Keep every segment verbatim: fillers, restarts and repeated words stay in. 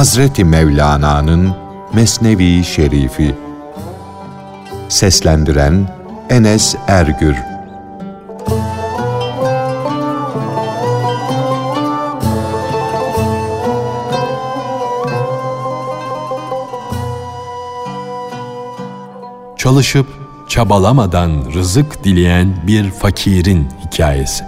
Hazreti Mevlana'nın Mesnevi Şerifi. Seslendiren Enes Ergür. Çalışıp çabalamadan rızık dileyen bir fakirin hikayesi.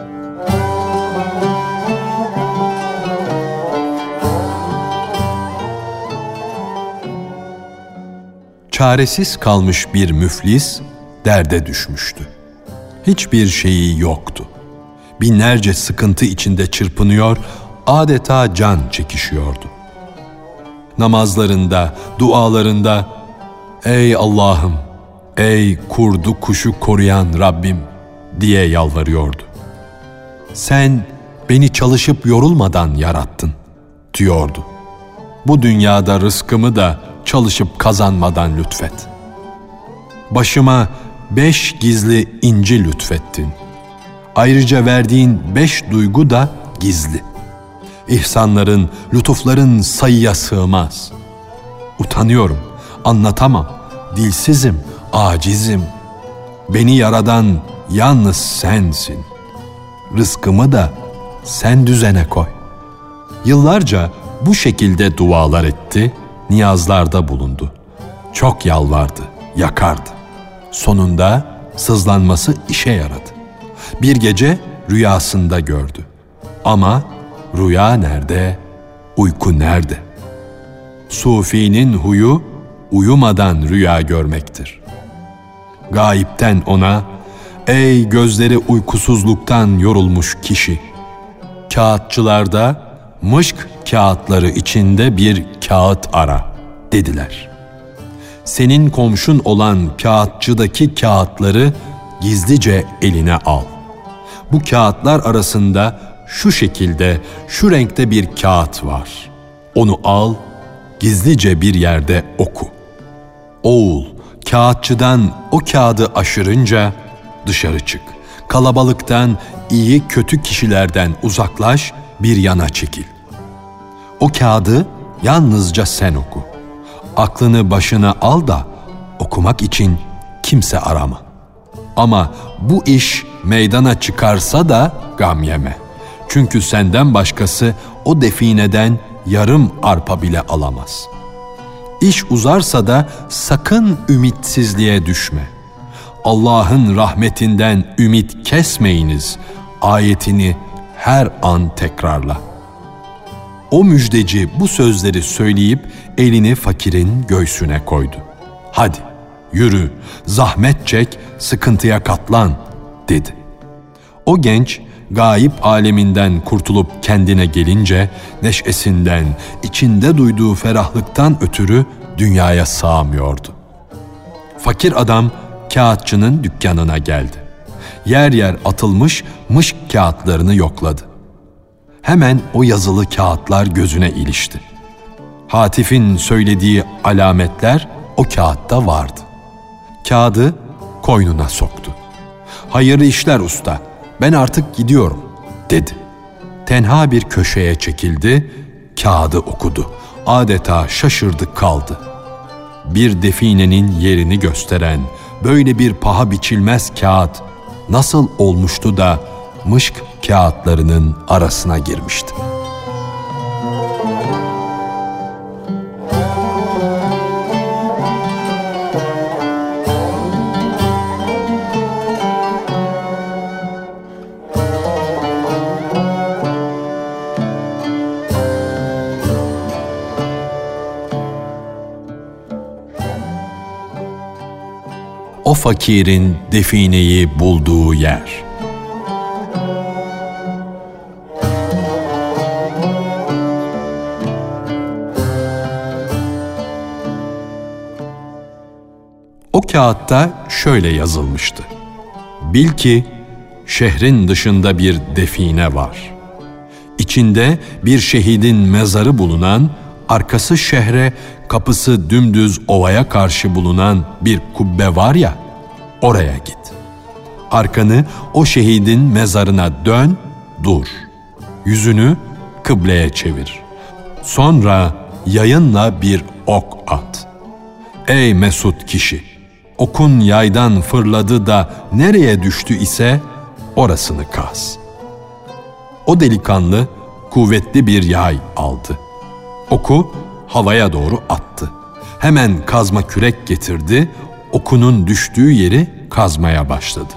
Çaresiz kalmış bir müflis derde düşmüştü. Hiçbir şeyi yoktu. Binlerce sıkıntı içinde çırpınıyor, adeta can çekişiyordu. Namazlarında, dualarında, "Ey Allah'ım, ey kurdu kuşu koruyan Rabbim" diye yalvarıyordu. "Sen beni çalışıp yorulmadan yarattın" diyordu. "Bu dünyada rızkımı da çalışıp kazanmadan lütfet. Başıma beş gizli inci lütfettin. Ayrıca verdiğin beş duygu da gizli. İhsanların, lütufların sayıya sığmaz. Utanıyorum, anlatamam, dilsizim, acizim. Beni yaradan yalnız sensin. Rızkımı da sen düzene koy." Yıllarca bu şekilde dualar etti, niyazlarda bulundu. Çok yalvardı, yakardı. Sonunda sızlanması işe yaradı. Bir gece rüyasında gördü. Ama rüya nerede, uyku nerede? Sufinin huyu uyumadan rüya görmektir. Gayipten ona, "Ey gözleri uykusuzluktan yorulmuş kişi, kağıtçılarda mışk kağıtları içinde bir kağıt ara" dediler. "Senin komşun olan kağıtçıdaki kağıtları gizlice eline al. Bu kağıtlar arasında şu şekilde, şu renkte bir kağıt var. Onu al, gizlice bir yerde oku. Oğul, kağıtçıdan o kağıdı aşırınca dışarı çık. Kalabalıktan, iyi kötü kişilerden uzaklaş, bir yana çekil. O kağıdı yalnızca sen oku. Aklını başına al da okumak için kimse arama. Ama bu iş meydana çıkarsa da gam yeme. Çünkü senden başkası o defineden yarım arpa bile alamaz. İş uzarsa da sakın ümitsizliğe düşme. Allah'ın rahmetinden ümit kesmeyiniz ayetini her an tekrarla." O müjdeci bu sözleri söyleyip elini fakirin göğsüne koydu. "Hadi yürü, zahmet çek, sıkıntıya katlan" dedi. O genç gayip aleminden kurtulup kendine gelince neşesinden, içinde duyduğu ferahlıktan ötürü dünyaya sığamıyordu. Fakir adam kağıtçının dükkanına geldi. Yer yer atılmış mışk kağıtlarını yokladı. Hemen o yazılı kağıtlar gözüne ilişti. Hatif'in söylediği alametler o kağıtta vardı. Kağıdı koynuna soktu. "Hayırlı işler usta, ben artık gidiyorum" dedi. Tenha bir köşeye çekildi, kağıdı okudu. Adeta şaşırdı kaldı. Bir definenin yerini gösteren böyle bir paha biçilmez kağıt nasıl olmuştu da mışk kağıtlarının arasına girmişti? O fakirin defineyi bulduğu yer. O kağıtta şöyle yazılmıştı: "Bil ki şehrin dışında bir define var. İçinde bir şehidin mezarı bulunan, arkası şehre, kapısı dümdüz ovaya karşı bulunan bir kubbe var ya, oraya git. Arkanı o şehidin mezarına dön, dur. Yüzünü kıbleye çevir. Sonra yayınla bir ok at. Ey mesut kişi! Okun yaydan fırladı da nereye düştü ise orasını kaz. O delikanlı kuvvetli bir yay aldı. Oku havaya doğru attı. Hemen kazma kürek getirdi, okunun düştüğü yeri kazmaya başladı.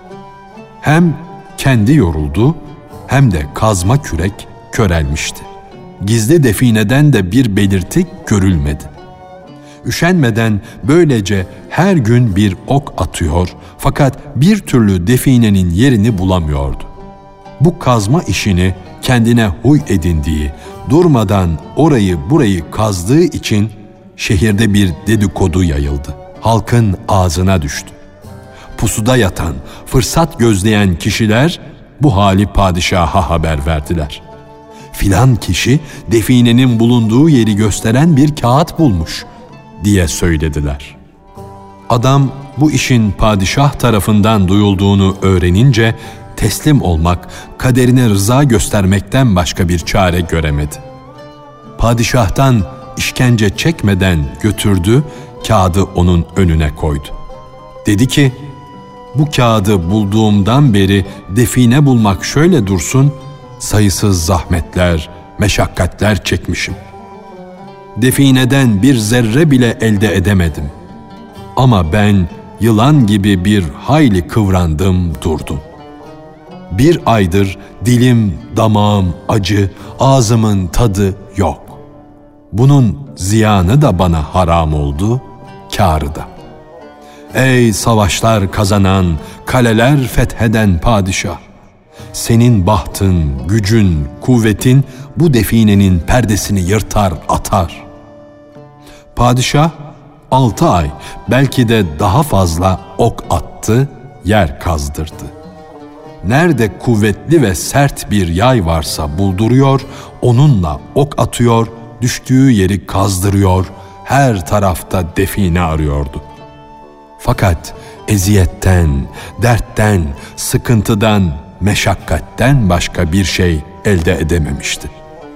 Hem kendi yoruldu, hem de kazma kürek körelmişti. Gizli defineden de bir belirti görülmedi. Üşenmeden böylece her gün bir ok atıyor, fakat bir türlü definenin yerini bulamıyordu. Bu kazma işini kendine huy edindiği, durmadan orayı burayı kazdığı için şehirde bir dedikodu yayıldı. Halkın ağzına düştü. Pusuda yatan, fırsat gözleyen kişiler bu hali padişaha haber verdiler. Filan kişi definenin bulunduğu yeri gösteren bir kağıt bulmuş diye söylediler. Adam bu işin padişah tarafından duyulduğunu öğrenince teslim olmak, kaderine rıza göstermekten başka bir çare göremedi. Padişahtan işkence çekmeden götürdü, kağıdı onun önüne koydu. Dedi ki, bu kağıdı bulduğumdan beri define bulmak şöyle dursun, sayısız zahmetler, meşakkatler çekmişim. Defineden bir zerre bile elde edemedim. Ama ben yılan gibi bir hayli kıvrandım durdum. Bir aydır dilim, damağım acı, ağzımın tadı yok. Bunun ziyanı da bana haram oldu, kârı da. Ey savaşlar kazanan, kaleler fetheden padişah! Senin bahtın, gücün, kuvvetin bu definenin perdesini yırtar atar. Padişah altı ay, belki de daha fazla ok attı, yer kazdırdı. Nerede kuvvetli ve sert bir yay varsa bulduruyor, onunla ok atıyor, düştüğü yeri kazdırıyor, her tarafta define arıyordu. Fakat eziyetten, dertten, sıkıntıdan, meşakkatten başka bir şey elde edememişti.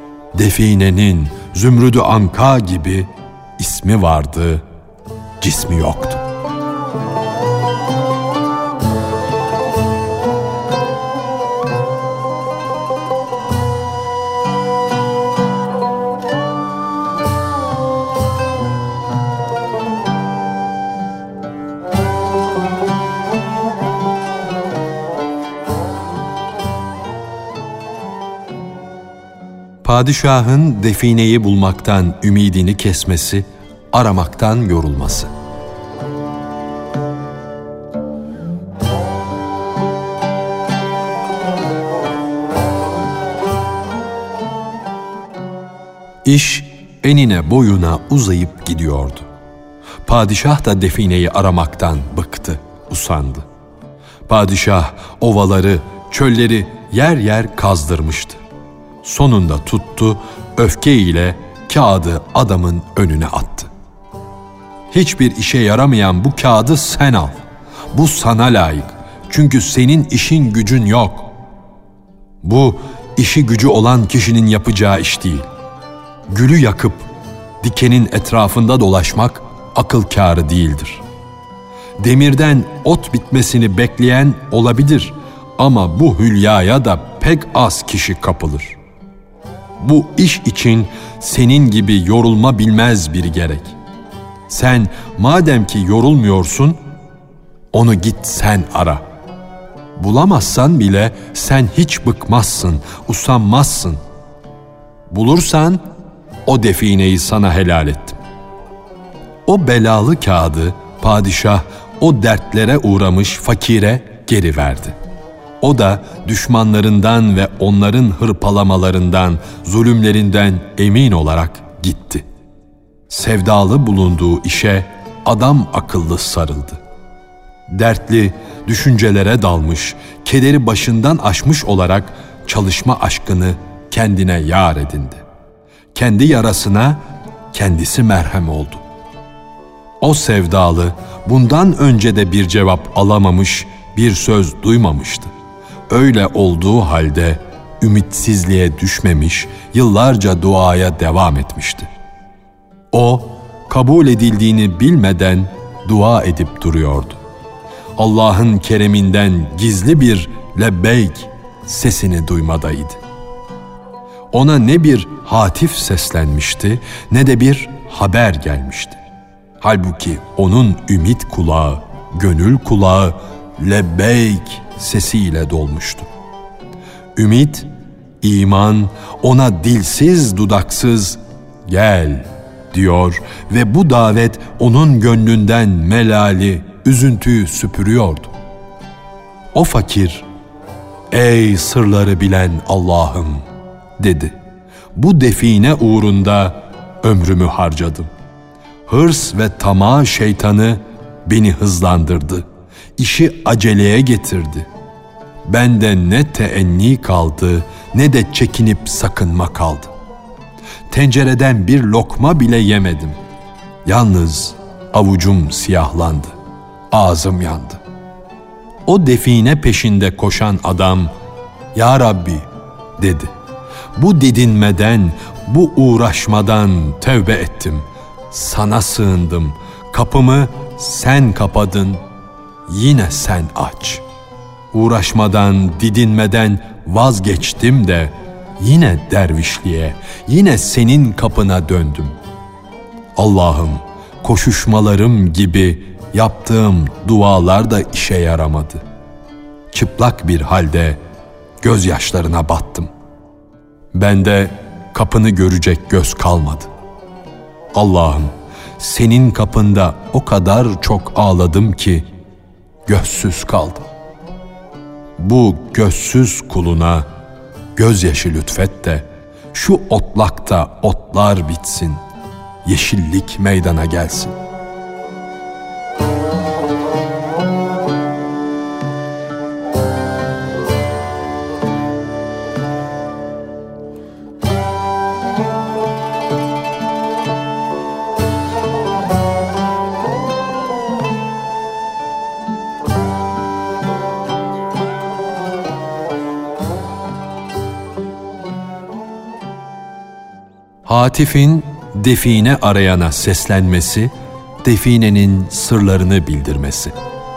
Definenin Zümrüdü Anka gibi ismi vardı, cismi yoktu. Padişahın defineyi bulmaktan ümidini kesmesi, aramaktan yorulması. İş enine boyuna uzayıp gidiyordu. Padişah da defineyi aramaktan bıktı, usandı. Padişah ovaları, çölleri yer yer kazdırmıştı. Sonunda tuttu, öfkeyle kağıdı adamın önüne attı. Hiçbir işe yaramayan bu kağıdı sen al. Bu sana layık. Çünkü senin işin gücün yok. Bu işi gücü olan kişinin yapacağı iş değil. Gülü yakıp dikenin etrafında dolaşmak akıl kârı değildir. Demirden ot bitmesini bekleyen olabilir ama bu hülyaya da pek az kişi kapılır. Bu iş için senin gibi yorulma bilmez biri gerek. Sen madem ki yorulmuyorsun, onu git sen ara. Bulamazsan bile sen hiç bıkmazsın, usanmazsın. Bulursan o defineyi sana helal ettim. O belalı kağıdı padişah o dertlere uğramış fakire geri verdi. O da düşmanlarından ve onların hırpalamalarından, zulümlerinden emin olarak gitti. Sevdalı bulunduğu işe adam akıllı sarıldı. Dertli, düşüncelere dalmış, kederi başından aşmış olarak çalışma aşkını kendine yar edindi. Kendi yarasına kendisi merhem oldu. O sevdalı bundan önce de bir cevap alamamış, bir söz duymamıştı. Öyle olduğu halde ümitsizliğe düşmemiş, yıllarca duaya devam etmişti. O, kabul edildiğini bilmeden dua edip duruyordu. Allah'ın kereminden gizli bir lebbeyk sesini duymadaydı. Ona ne bir hatif seslenmişti, ne de bir haber gelmişti. Halbuki onun ümit kulağı, gönül kulağı lebbeyk sesiyle dolmuştu. Ümit, iman ona dilsiz dudaksız gel diyor ve bu davet onun gönlünden melali, üzüntüyü süpürüyordu. O fakir, ey sırları bilen Allah'ım dedi. Bu define uğrunda ömrümü harcadım. Hırs ve tamah şeytanı beni hızlandırdı. İşi aceleye getirdi. Bende ne teenni kaldı, ne de çekinip sakınma kaldı. Tencereden bir lokma bile yemedim. Yalnız avucum siyahlandı, ağzım yandı. O define peşinde koşan adam, "Ya Rabbi," dedi. "Bu didinmeden, bu uğraşmadan tövbe ettim. Sana sığındım. Kapımı sen kapadın, yine sen aç. Uğraşmadan, didinmeden vazgeçtim de yine dervişliğe, yine senin kapına döndüm. Allah'ım, koşuşmalarım gibi yaptığım dualar da işe yaramadı. Çıplak bir halde gözyaşlarına battım. Bende kapını görecek göz kalmadı. Allah'ım, senin kapında o kadar çok ağladım ki gözsüz kaldım. Bu gözsüz kuluna gözyaşı lütfet de şu otlakta otlar bitsin, yeşillik meydana gelsin." Hatif'in define arayana seslenmesi, definenin sırlarını bildirmesi.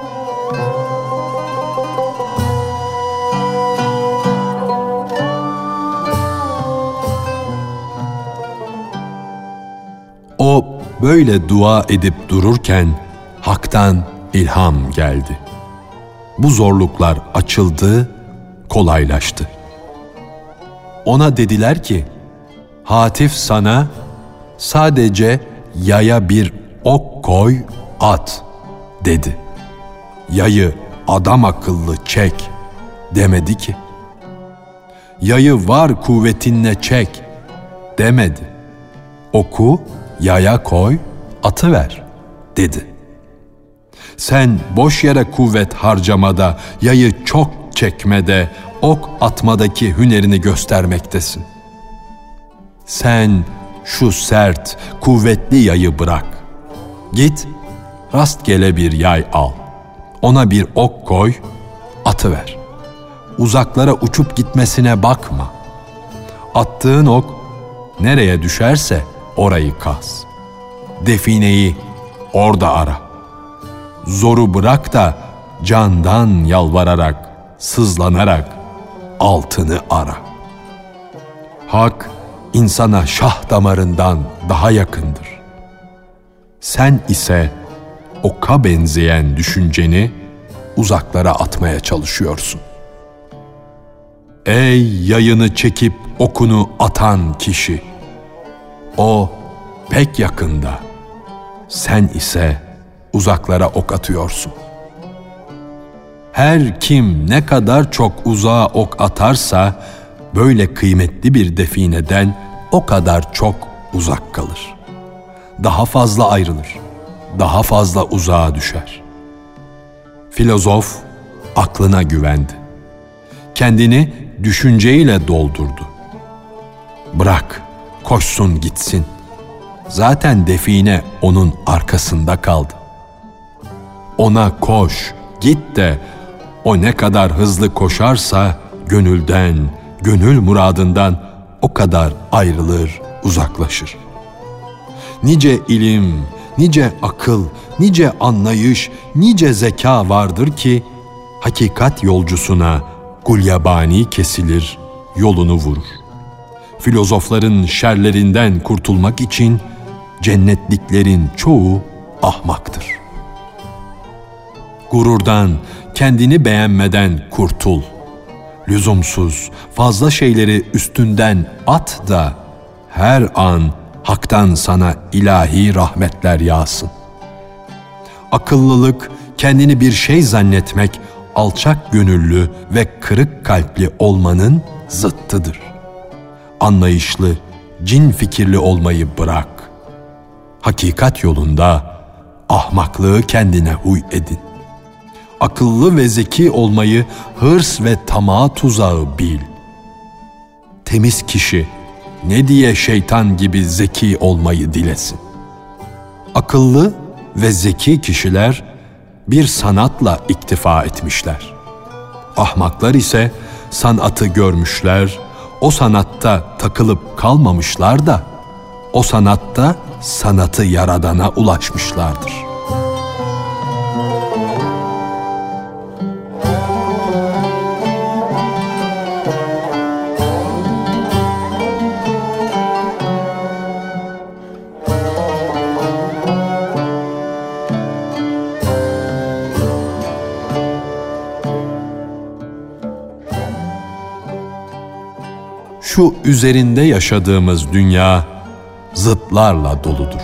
O böyle dua edip dururken Hak'tan ilham geldi. Bu zorluklar açıldı, kolaylaştı. Ona dediler ki, Hatif sana sadece yaya bir ok koy, at dedi. Yayı adam akıllı çek demedi ki. Yayı var kuvvetinle çek demedi. Oku yaya koy, atı ver dedi. Sen boş yere kuvvet harcamada, yayı çok çekmede, ok atmadaki hünerini göstermektesin. Sen şu sert, kuvvetli yayı bırak. Git, rastgele bir yay al. Ona bir ok koy, atı ver. Uzaklara uçup gitmesine bakma. Attığın ok nereye düşerse orayı kaz. Defineyi orada ara. Zoru bırak da candan yalvararak, sızlanarak altını ara. Hak insana şah damarından daha yakındır. Sen ise oka benzeyen düşünceni uzaklara atmaya çalışıyorsun. Ey yayını çekip okunu atan kişi! O pek yakında, sen ise uzaklara ok atıyorsun. Her kim ne kadar çok uzağa ok atarsa, böyle kıymetli bir defineden o kadar çok uzak kalır. Daha fazla ayrılır, daha fazla uzağa düşer. Filozof aklına güvendi. Kendini düşünceyle doldurdu. Bırak, koşsun gitsin. Zaten define onun arkasında kaldı. Ona koş, git de o ne kadar hızlı koşarsa gönülden, gönül muradından o kadar ayrılır, uzaklaşır. Nice ilim, nice akıl, nice anlayış, nice zeka vardır ki hakikat yolcusuna gulyabani kesilir, yolunu vurur. Filozofların şerlerinden kurtulmak için cennetliklerin çoğu ahmaktır. Gururdan, kendini beğenmeden kurtul. Lüzumsuz, fazla şeyleri üstünden at da her an haktan sana ilahi rahmetler yağsın. Akıllılık, kendini bir şey zannetmek, alçak gönüllü ve kırık kalpli olmanın zıttıdır. Anlayışlı, cin fikirli olmayı bırak. Hakikat yolunda ahmaklığı kendine huy edin. Akıllı ve zeki olmayı hırs ve tamah tuzağı bil. Temiz kişi ne diye şeytan gibi zeki olmayı dilesin? Akıllı ve zeki kişiler bir sanatla iktifa etmişler. Ahmaklar ise sanatı görmüşler, o sanatta takılıp kalmamışlar da o sanatta sanatı yaradana ulaşmışlardır. Şu üzerinde yaşadığımız dünya zıtlarla doludur.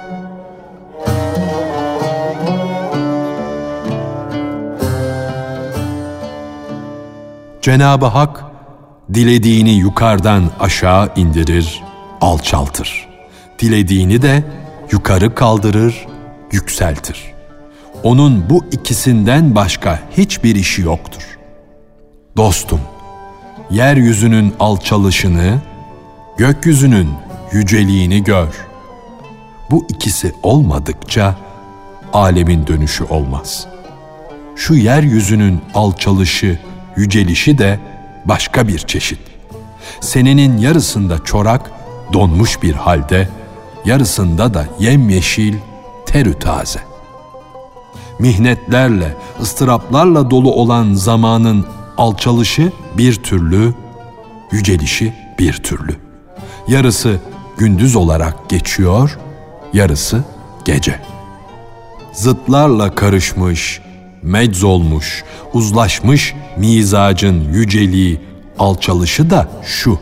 Cenab-ı Hak dilediğini yukarıdan aşağı indirir, alçaltır. Dilediğini de yukarı kaldırır, yükseltir. Onun bu ikisinden başka hiçbir işi yoktur. Dostum, yeryüzünün alçalışını, gökyüzünün yüceliğini gör. Bu ikisi olmadıkça alemin dönüşü olmaz. Şu yeryüzünün alçalışı, yücelişi de başka bir çeşit. Senenin yarısında çorak, donmuş bir halde, yarısında da yemyeşil, terü taze. Mihnetlerle, ıstıraplarla dolu olan zamanın alçalışı bir türlü, yücelişi bir türlü. Yarısı gündüz olarak geçiyor, yarısı gece. Zıtlarla karışmış, mecz olmuş, uzlaşmış mizacın yüceliği, alçalışı da şu: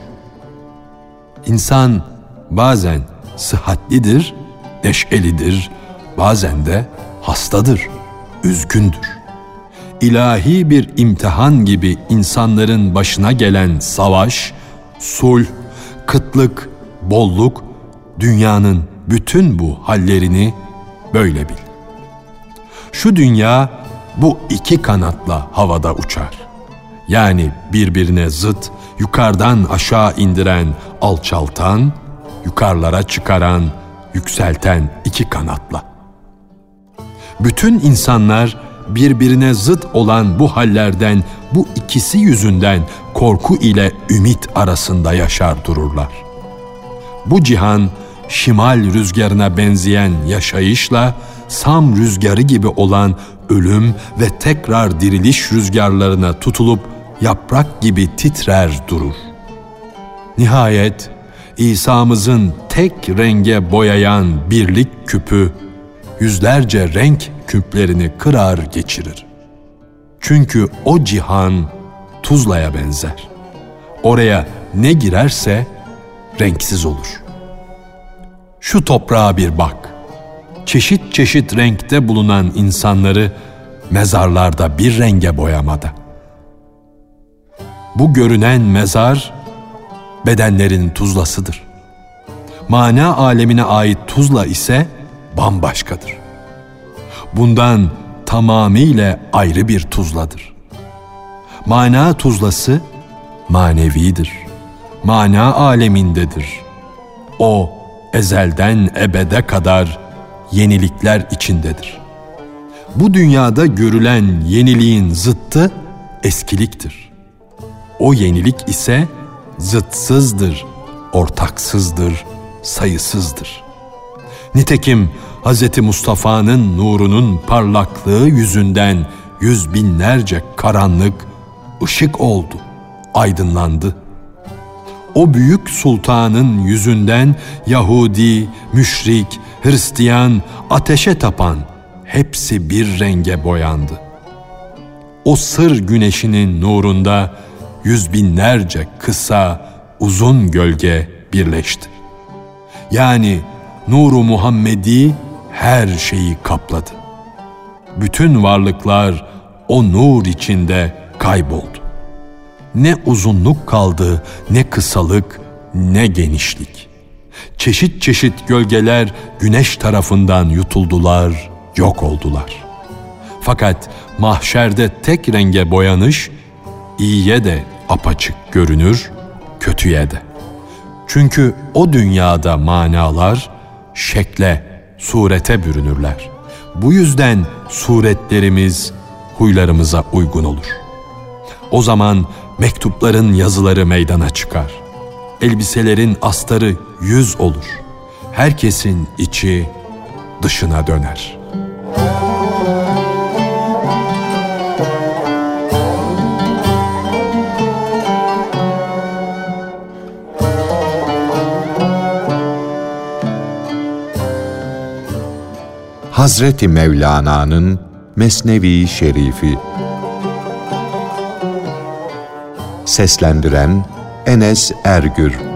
İnsan bazen sıhhatlidir, neşelidir, bazen de hastadır, üzgündür. İlahi bir imtihan gibi insanların başına gelen savaş, sulh, kıtlık, bolluk, dünyanın bütün bu hallerini böyle bil. Şu dünya bu iki kanatla havada uçar. Yani birbirine zıt, yukarıdan aşağı indiren, alçaltan, yukarılara çıkaran, yükselten iki kanatla. Bütün insanlar birbirine zıt olan bu hallerden, bu ikisi yüzünden korku ile ümit arasında yaşar dururlar. Bu cihan, şimal rüzgarına benzeyen yaşayışla, Sam rüzgarı gibi olan ölüm ve tekrar diriliş rüzgarlarına tutulup yaprak gibi titrer durur. Nihayet İsa'mızın tek renge boyayan birlik küpü, yüzlerce renk küplerini kırar geçirir. Çünkü o cihan Tuzla'ya benzer. Oraya ne girerse renksiz olur. Şu toprağa bir bak. Çeşit çeşit renkte bulunan insanları mezarlarda bir renge boyamada. Bu görünen mezar bedenlerin tuzlasıdır. Mana alemine ait tuzla ise bambaşkadır. Bundan tamamıyla ayrı bir tuzladır. Mana tuzlası manevidir. Mana alemindedir. O ezelden ebede kadar yenilikler içindedir. Bu dünyada görülen yeniliğin zıttı eskiliktir. O yenilik ise zıtsızdır, ortaksızdır, sayısızdır. Nitekim Hz. Mustafa'nın nurunun parlaklığı yüzünden yüz binlerce karanlık ışık oldu, aydınlandı. O büyük sultanın yüzünden Yahudi, müşrik, Hristiyan, ateşe tapan hepsi bir renge boyandı. O sır güneşinin nurunda yüz binlerce kısa, uzun gölge birleşti. Yani nuru Muhammedi her şeyi kapladı. Bütün varlıklar o nur içinde kayboldu. Ne uzunluk kaldı, ne kısalık, ne genişlik. Çeşit çeşit gölgeler güneş tarafından yutuldular, yok oldular. Fakat mahşerde tek renge boyanış, iyiye de apaçık görünür, kötüye de. Çünkü o dünyada manalar şekle, surete bürünürler. Bu yüzden suretlerimiz huylarımıza uygun olur. O zaman mektupların yazıları meydana çıkar. Elbiselerin astarı yüz olur. Herkesin içi dışına döner. Hazreti Mevlana'nın Mesnevi Şerifi. Seslendiren Enes Ergür.